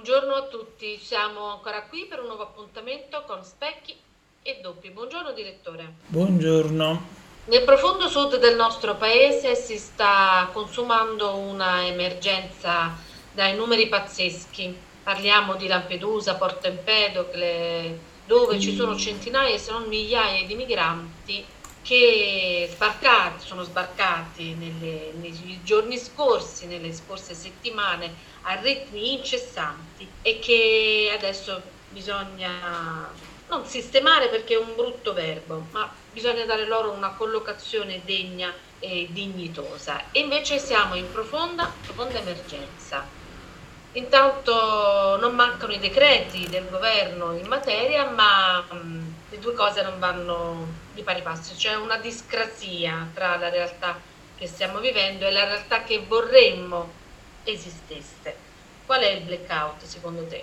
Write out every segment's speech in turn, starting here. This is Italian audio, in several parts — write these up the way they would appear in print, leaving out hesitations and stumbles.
Buongiorno a tutti, siamo ancora qui per un nuovo appuntamento con Specchi e Doppi. Buongiorno direttore. Buongiorno. Nel profondo sud del nostro paese si sta consumando una emergenza dai numeri pazzeschi. Parliamo di Lampedusa, Porto Empedocle, dove ci sono centinaia se non migliaia di migranti che sono sbarcati nei giorni scorsi, nelle scorse settimane, a ritmi incessanti e che adesso bisogna non sistemare perché è un brutto verbo, ma bisogna dare loro una collocazione degna e dignitosa. E invece siamo in profonda emergenza. Intanto non mancano i decreti del governo in materia, ma le due cose non vanno di pari passo. C'è una discrasia tra la realtà che stiamo vivendo e la realtà che vorremmo esistesse. Qual è il blackout secondo te?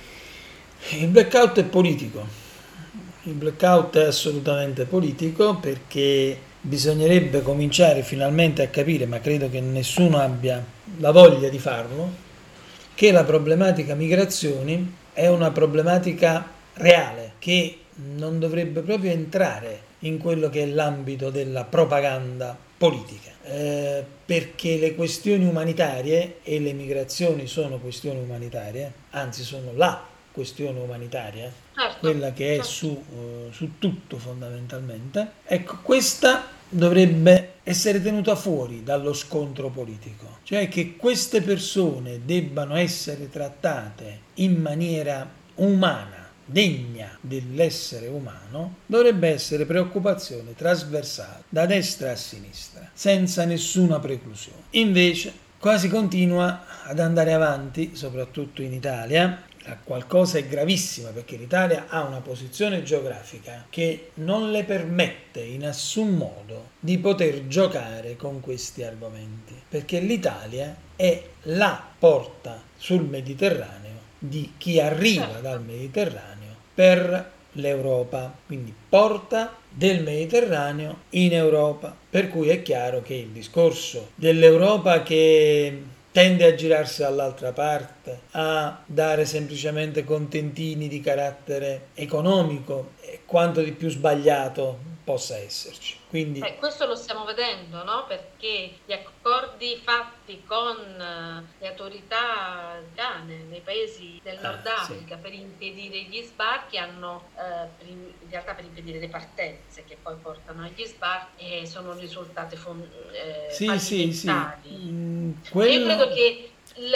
Il blackout è politico. Il blackout è assolutamente politico perché bisognerebbe cominciare finalmente a capire, ma credo che nessuno abbia la voglia di farlo, che la problematica migrazioni è una problematica reale che non dovrebbe proprio entrare in quello che è l'ambito della propaganda politica, perché le questioni umanitarie, e le migrazioni sono questioni umanitarie, anzi sono la questione umanitaria, Certo, quella che è certo. su tutto fondamentalmente, ecco, questa dovrebbe essere tenuta fuori dallo scontro politico, cioè che queste persone debbano essere trattate in maniera umana, degna dell'essere umano, dovrebbe essere preoccupazione trasversale da destra a sinistra, senza nessuna preclusione. Invece qua si continua ad andare avanti, soprattutto in Italia. La qualcosa è gravissima perché l'Italia ha una posizione geografica che non le permette in nessun modo di poter giocare con questi argomenti, perché l'Italia è la porta sul Mediterraneo di chi arriva dal Certo. Mediterraneo per l'Europa, quindi porta del Mediterraneo in Europa, per cui è chiaro che il discorso dell'Europa che tende a girarsi dall'altra parte, a dare semplicemente contentini di carattere economico, è quanto di più sbagliato possa esserci. Quindi Questo lo stiamo vedendo, no? Perché gli accordi fatti con le autorità afghane nei paesi del Nord sì. Africa per impedire gli sbarchi hanno, in realtà per impedire le partenze che poi portano agli sbarchi, sono risultate Sì, sì, sì. fallimentari. Cioè io credo Quello che,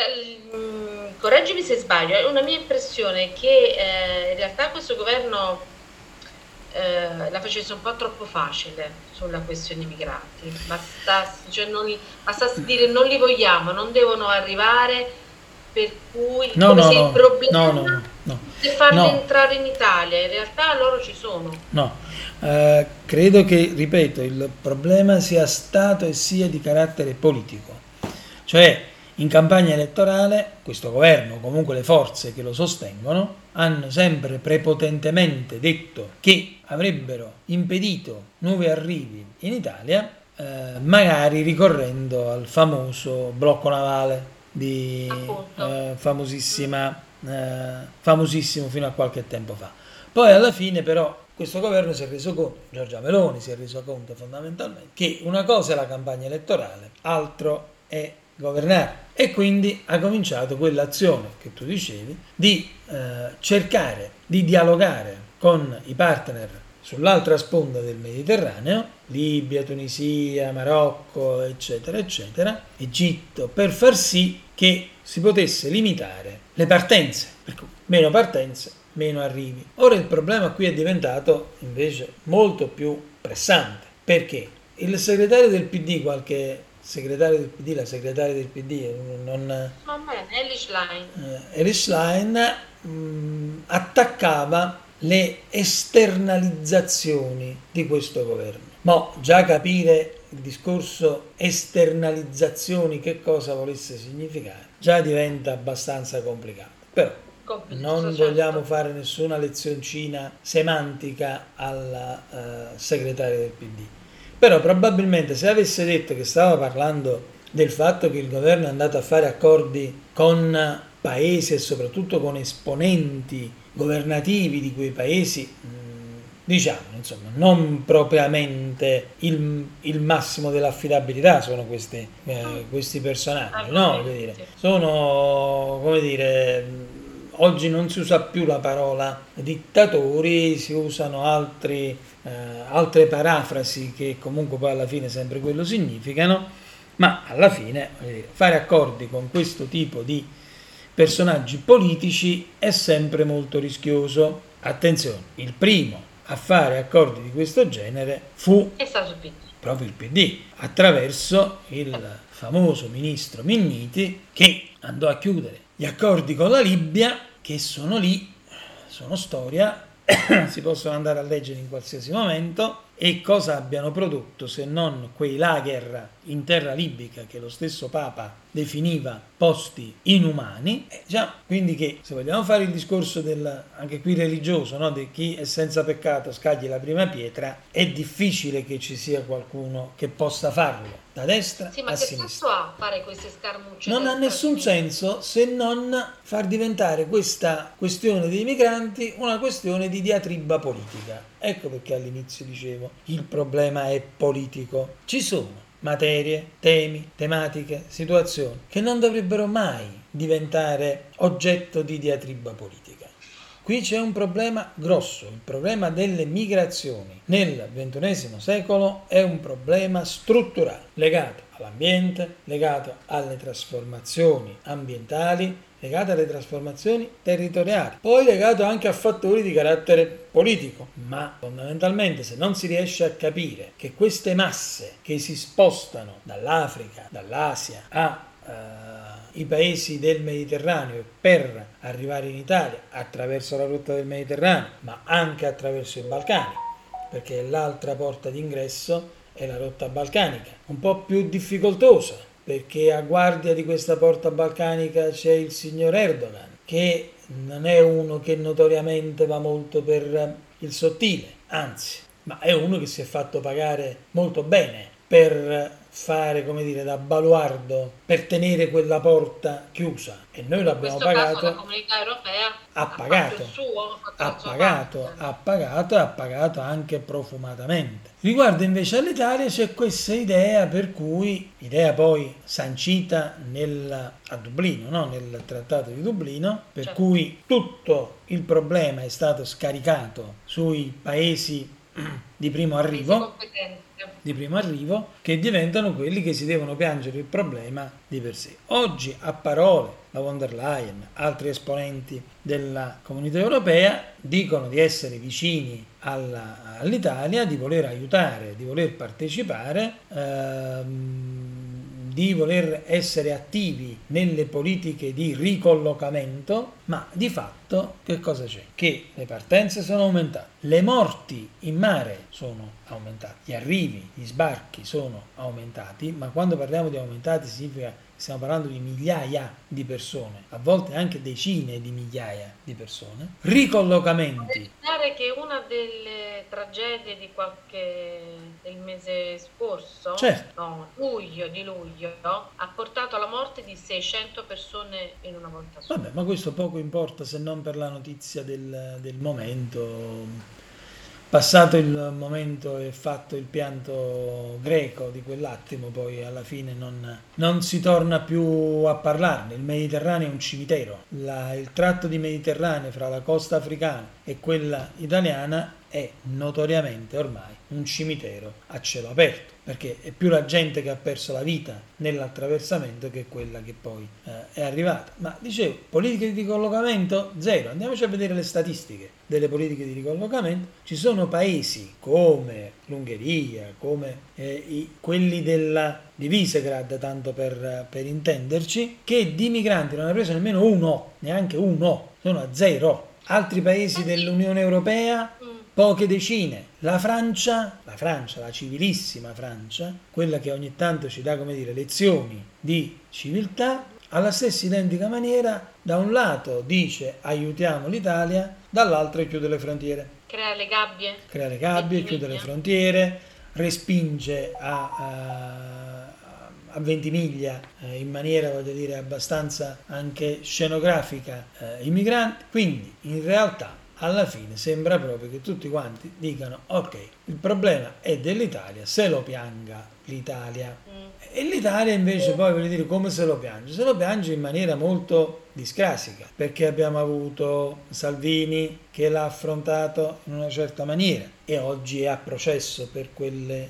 correggimi se sbaglio, è una mia impressione che in realtà questo governo la facesse un po' troppo facile sulla questione migranti. Bastasse dire non li vogliamo, non devono arrivare, per cui no, come no, se il no, no, no, problema no, no, è farli no, entrare in Italia. In realtà loro ci sono. no. Credo che, ripeto, il problema sia stato e sia di carattere politico. Cioè, in campagna elettorale, questo governo, comunque le forze che lo sostengono, hanno sempre prepotentemente detto che avrebbero impedito nuovi arrivi in Italia, magari ricorrendo al famoso blocco navale di Appunto. Mm. famosissimo fino a qualche tempo fa. Poi alla fine però questo governo si è reso conto, Giorgia Meloni si è reso conto fondamentalmente, che una cosa è la campagna elettorale, altro è governare. E quindi ha cominciato quell'azione che tu dicevi di cercare di dialogare con i partner sull'altra sponda del Mediterraneo, Libia, Tunisia, Marocco, eccetera, eccetera, Egitto, per far sì che si potesse limitare le partenze, perché meno partenze, meno arrivi. Ora il problema qui è diventato invece molto più pressante, perché il segretario del PD, qualche segretario del PD, la segretaria del PD, non, Va bene, Elish Line. Erich Schlein, attaccava le esternalizzazioni di questo governo. Ma già capire il discorso esternalizzazioni che cosa volesse significare già diventa abbastanza complicato. Però Complesso, non vogliamo certo. fare nessuna lezioncina semantica alla segretaria del PD. Però probabilmente se avesse detto che stava parlando del fatto che il governo è andato a fare accordi con paesi e soprattutto con esponenti governativi di quei paesi, diciamo, insomma, non propriamente il massimo dell'affidabilità sono questi personaggi, no? Voglio dire, sono, come dire, oggi non si usa più la parola dittatori, si usano altre parafrasi che comunque poi alla fine sempre quello significano, ma alla fine, voglio dire, fare accordi con questo tipo di personaggi politici è sempre molto rischioso. Attenzione, il primo a fare accordi di questo genere è stato il PD. Proprio il PD, attraverso il famoso ministro Minniti, che andò a chiudere gli accordi con la Libia, che sono lì, sono storia, si possono andare a leggere in qualsiasi momento, e cosa abbiano prodotto se non quei lager in terra libica che lo stesso Papa definiva posti inumani. Quindi che, se vogliamo fare il discorso anche qui religioso, no, di chi è senza peccato scagli la prima pietra, è difficile che ci sia qualcuno che possa farlo da destra a sinistra. Ma che senso ha fare queste scaramucce? Non ha nessun senso se non far diventare questa questione dei migranti una questione di diatriba politica. Ecco perché all'inizio dicevo, il problema è politico. Ci sono materie, temi, tematiche, situazioni che non dovrebbero mai diventare oggetto di diatriba politica. Qui c'è un problema grosso, il problema delle migrazioni nel XXI secolo è un problema strutturale, legato all'ambiente, legato alle trasformazioni ambientali, legato alle trasformazioni territoriali, poi legato anche a fattori di carattere politico. Ma fondamentalmente, se non si riesce a capire che queste masse che si spostano dall'Africa, dall'Asia ai paesi del Mediterraneo per arrivare in Italia attraverso la rotta del Mediterraneo, ma anche attraverso i Balcani, perché l'altra porta d'ingresso è la rotta balcanica, un po' più difficoltosa, perché a guardia di questa porta balcanica c'è il signor Erdogan, che non è uno che notoriamente va molto per il sottile, anzi, ma è uno che si è fatto pagare molto bene per fare, come dire, da baluardo, per tenere quella porta chiusa, e noi l'abbiamo pagato. Caso la Comunità Europea ha pagato, fatto il suo, ha pagato anche profumatamente. Riguardo invece all'Italia c'è questa idea per cui, idea poi sancita a Dublino, no? Nel Trattato di Dublino, per cui tutto il problema è stato scaricato sui paesi di primo arrivo, che diventano quelli che si devono piangere il problema di per sé. Oggi a parole la von der Leyen, altri esponenti della Comunità Europea dicono di essere vicini all'Italia, di voler aiutare, di voler partecipare, di voler essere attivi nelle politiche di ricollocamento, ma di fatto che cosa c'è? Che le partenze sono aumentate, le morti in mare sono aumentate, gli arrivi, gli sbarchi sono aumentati, ma quando parliamo di aumentati significa che stiamo parlando di migliaia di persone, a volte anche decine di migliaia di persone. Ricollocamenti. Pare che una delle tragedie del mese scorso, di luglio, ha portato alla morte di 600 persone in una volta sola. Vabbè, ma questo poco importa se non per la notizia del momento. Passato il momento e fatto il pianto greco di quell'attimo, poi alla fine non si torna più a parlarne. Il Mediterraneo è un cimitero. Il tratto di Mediterraneo fra la costa africana e quella italiana è notoriamente ormai un cimitero a cielo aperto, perché è più la gente che ha perso la vita nell'attraversamento che quella che poi è arrivata. Ma dicevo, politiche di ricollocamento? Zero. Andiamoci a vedere le statistiche delle politiche di ricollocamento. Ci sono paesi come l'Ungheria, come quelli di Visegrad, tanto per intenderci, che di migranti non hanno preso nemmeno uno, neanche uno, sono a zero. Altri paesi dell'Unione Europea, poche decine. La Francia, la civilissima Francia, quella che ogni tanto ci dà, come dire, lezioni di civiltà, alla stessa identica maniera, da un lato dice aiutiamo l'Italia, dall'altro chiude le frontiere. Crea le gabbie, chiude le frontiere, respinge a a Ventimiglia in maniera, voglio dire, abbastanza anche scenografica i migranti. Quindi in realtà alla fine sembra proprio che tutti quanti dicano ok, il problema è dell'Italia, se lo pianga l'Italia. E l'Italia invece poi, voglio dire, come se lo piange? Se lo piange in maniera molto discrasica, perché abbiamo avuto Salvini che l'ha affrontato in una certa maniera e oggi è a processo per quelle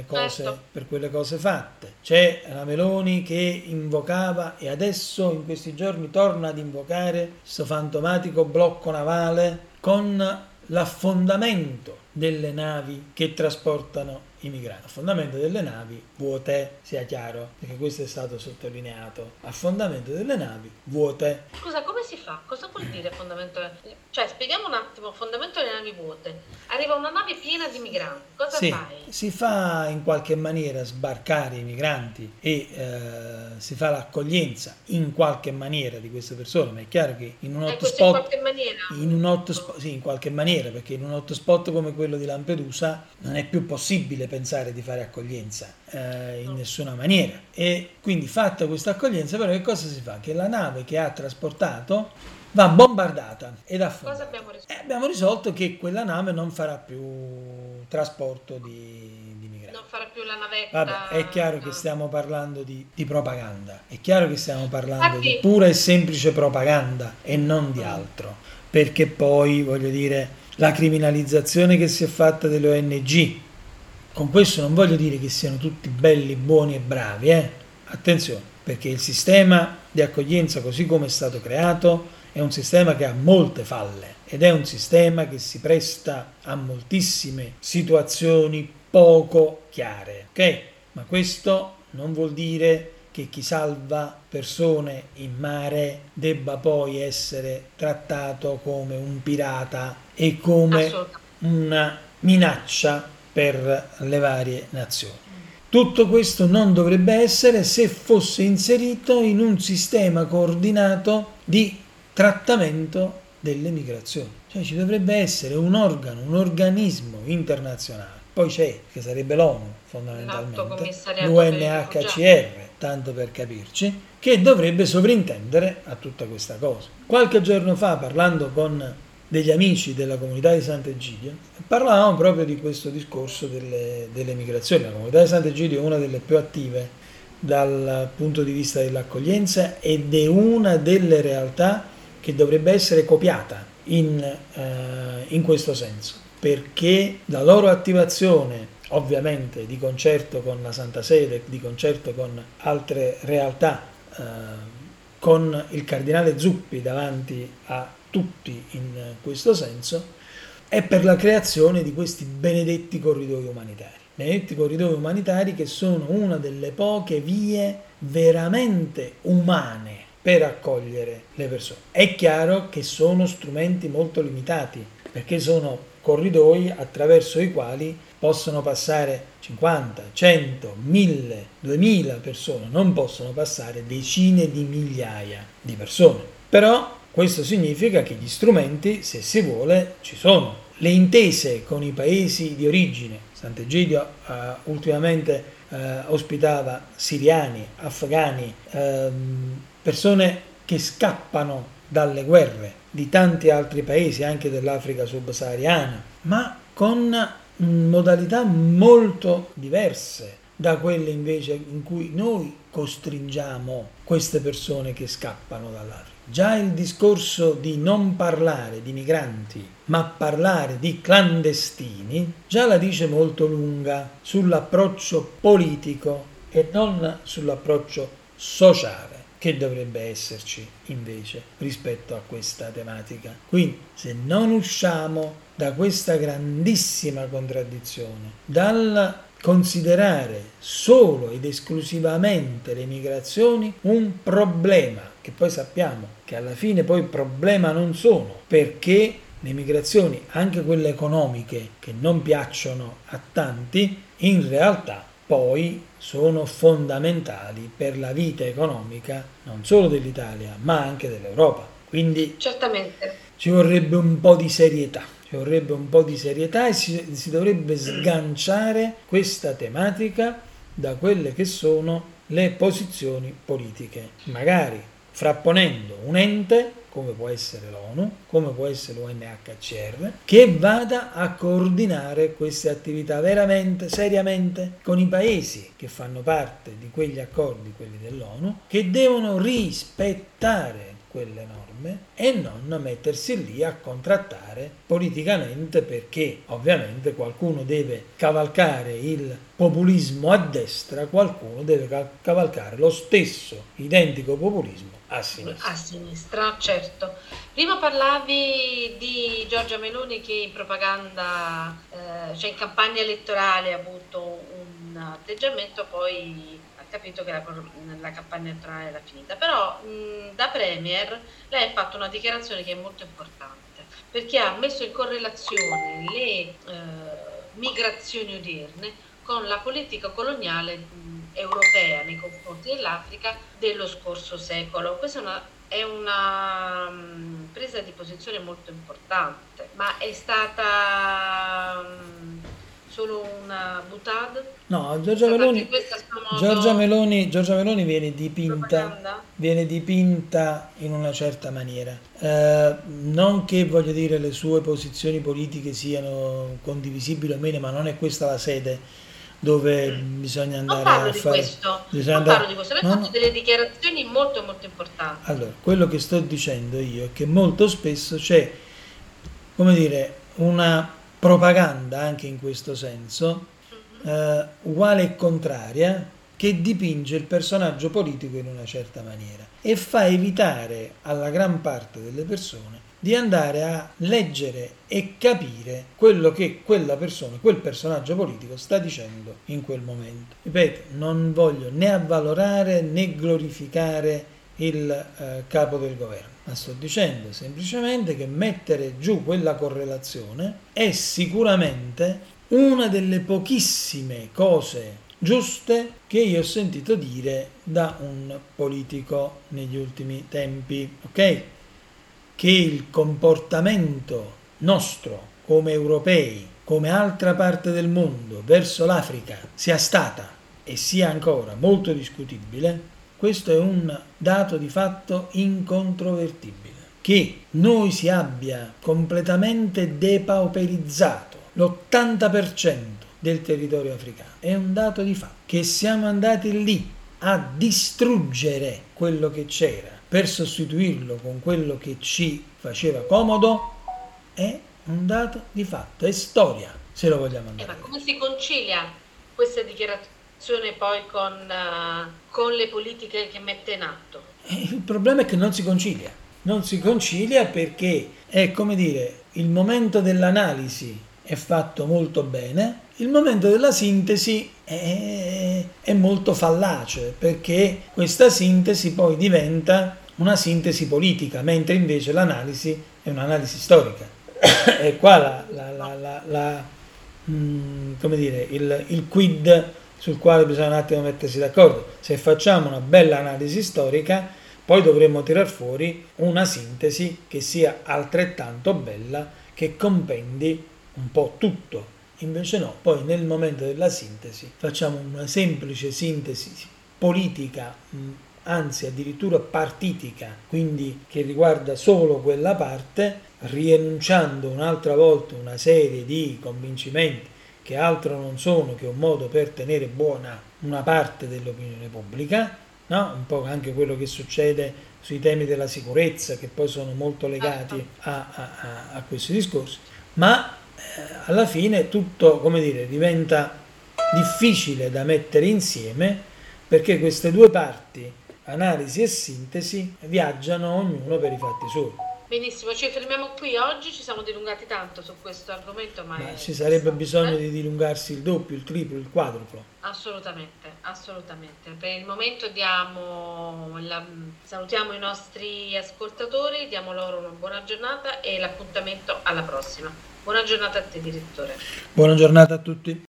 cose fatte. C'è la Meloni che invocava e adesso in questi giorni torna ad invocare questo fantomatico blocco navale con l'affondamento delle navi che trasportano i migranti. Affondamento delle navi vuote, sia chiaro, perché questo è stato sottolineato. Affondamento delle navi vuote. Scusa, come si fa? Cosa vuol dire affondamento? Cioè, spieghiamo un attimo, affondamento delle navi vuote. Arriva una nave piena di migranti, cosa fai? Si fa in qualche maniera sbarcare i migranti e si fa l'accoglienza in qualche maniera di queste persone, ma è chiaro che in un hotspot, in qualche maniera? Sì, in qualche maniera, perché in un hotspot come quello di Lampedusa non è più possibile pensare di fare accoglienza in nessuna maniera. E quindi fatta questa accoglienza, però che cosa si fa? Che la nave che ha trasportato va bombardata ed affondata. Cosa abbiamo risolto? Abbiamo risolto che quella nave non farà più trasporto di migranti. Non farà più la navetta. Vabbè, è chiaro che stiamo parlando di propaganda, è chiaro che stiamo parlando di pura e semplice propaganda e non di altro, perché poi, voglio dire, la criminalizzazione che si è fatta delle ONG, con questo non voglio dire che siano tutti belli, buoni e bravi, attenzione, perché il sistema di accoglienza così come è stato creato è un sistema che ha molte falle ed è un sistema che si presta a moltissime situazioni poco chiare, ok? Ma questo non vuol dire che chi salva persone in mare debba poi essere trattato come un pirata e come una minaccia per le varie nazioni. Tutto questo non dovrebbe essere se fosse inserito in un sistema coordinato di trattamento delle migrazioni. Cioè ci dovrebbe essere un organo, un organismo internazionale. Poi c'è, che sarebbe l'ONU fondamentalmente, l'UNHCR, tanto per capirci, che dovrebbe sovrintendere a tutta questa cosa. Qualche giorno fa, parlando con degli amici della comunità di Sant'Egidio, parlavamo proprio di questo discorso delle migrazioni. La comunità di Sant'Egidio è una delle più attive dal punto di vista dell'accoglienza ed è una delle realtà che dovrebbe essere copiata in questo senso, perché la loro attivazione, ovviamente di concerto con la Santa Sede, di concerto con altre realtà, con il cardinale Zuppi davanti a tutti in questo senso, è per la creazione di questi benedetti corridoi umanitari. Benedetti corridoi umanitari che sono una delle poche vie veramente umane per accogliere le persone. È chiaro che sono strumenti molto limitati, perché sono corridoi attraverso i quali possono passare 50, 100, 1000, 2000 persone, non possono passare decine di migliaia di persone. Però questo significa che gli strumenti, se si vuole, ci sono. Le intese con i paesi di origine, Sant'Egidio ultimamente ospitava siriani, afghani, persone che scappano dalle guerre di tanti altri paesi, anche dell'Africa subsahariana, ma con modalità molto diverse da quelle invece in cui noi costringiamo queste persone che scappano dall'Africa. Già il discorso di non parlare di migranti, ma parlare di clandestini, già la dice molto lunga sull'approccio politico e non sull'approccio sociale che dovrebbe esserci invece rispetto a questa tematica. Quindi, se non usciamo da questa grandissima contraddizione, dal considerare solo ed esclusivamente le migrazioni un problema, che poi sappiamo che alla fine poi problema non sono, perché le migrazioni, anche quelle economiche che non piacciono a tanti, in realtà poi sono fondamentali per la vita economica non solo dell'Italia ma anche dell'Europa. Quindi certamente ci vorrebbe un po' di serietà. E si dovrebbe sganciare questa tematica da quelle che sono le posizioni politiche, magari frapponendo un ente come può essere l'ONU, come può essere l'UNHCR, che vada a coordinare queste attività veramente, seriamente, con i paesi che fanno parte di quegli accordi, quelli dell'ONU, che devono rispettare quelle norme e non mettersi lì a contrattare politicamente, perché ovviamente qualcuno deve cavalcare il populismo a destra, qualcuno deve cavalcare lo stesso identico populismo a sinistra. A sinistra, certo. Prima parlavi di Giorgia Meloni che in propaganda, cioè in campagna elettorale ha avuto un atteggiamento, poi ha capito che la campagna elettorale era finita. Però da Premier lei ha fatto una dichiarazione che è molto importante, perché ha messo in correlazione le migrazioni odierne con la politica coloniale europea nei confronti dell'Africa dello scorso secolo. Questa è una presa di posizione molto importante, ma è stata solo una boutade? No, Giorgia Meloni viene dipinta in una certa maniera. Non che, voglio dire, le sue posizioni politiche siano condivisibili o meno, ma non è questa la sede dove bisogna andare a fare. Non parlo di questo, abbiamo fatto delle dichiarazioni molto molto importanti. Allora, quello che sto dicendo io è che molto spesso c'è, come dire, una propaganda anche in questo senso, uguale e contraria, che dipinge il personaggio politico in una certa maniera e fa evitare alla gran parte delle persone di andare a leggere e capire quello che quella persona, quel personaggio politico sta dicendo in quel momento. Ripeto, non voglio né avvalorare né glorificare il capo del governo, ma sto dicendo semplicemente che mettere giù quella correlazione è sicuramente una delle pochissime cose giuste che io ho sentito dire da un politico negli ultimi tempi, ok? Che il comportamento nostro come europei, come altra parte del mondo verso l'Africa sia stata e sia ancora molto discutibile, questo è un dato di fatto incontrovertibile. Che noi si abbia completamente depauperizzato l'80% del territorio africano è un dato di fatto. Che siamo andati lì a distruggere quello che c'era per sostituirlo con quello che ci faceva comodo è un dato di fatto, è storia, se lo vogliamo andare. Ma come si concilia questa dichiarazione poi con le politiche che mette in atto? Il problema è che non si concilia perché è, come dire, il momento dell'analisi è fatto molto bene, il momento della sintesi è molto fallace, perché questa sintesi poi diventa una sintesi politica, mentre invece l'analisi è un'analisi storica. E qua come dire, il quid sul quale bisogna un attimo mettersi d'accordo. Se facciamo una bella analisi storica, poi dovremmo tirar fuori una sintesi che sia altrettanto bella, che compendi un po' tutto. Invece no, poi nel momento della sintesi facciamo una semplice sintesi politica, anzi addirittura partitica, quindi che riguarda solo quella parte, rienunciando un'altra volta una serie di convincimenti che altro non sono che un modo per tenere buona una parte dell'opinione pubblica, no? Un po' anche quello che succede sui temi della sicurezza, che poi sono molto legati a questi discorsi, ma alla fine tutto, come dire, diventa difficile da mettere insieme, perché queste due parti, analisi e sintesi, viaggiano ognuno per i fatti suoi. Benissimo, ci fermiamo qui. Oggi ci siamo dilungati tanto su questo argomento, ma ci sarebbe bisogno di dilungarsi il doppio, il triplo, il quadruplo. Assolutamente. Per il momento salutiamo i nostri ascoltatori, diamo loro una buona giornata e l'appuntamento alla prossima. Buona giornata a te, direttore. Buona giornata a tutti.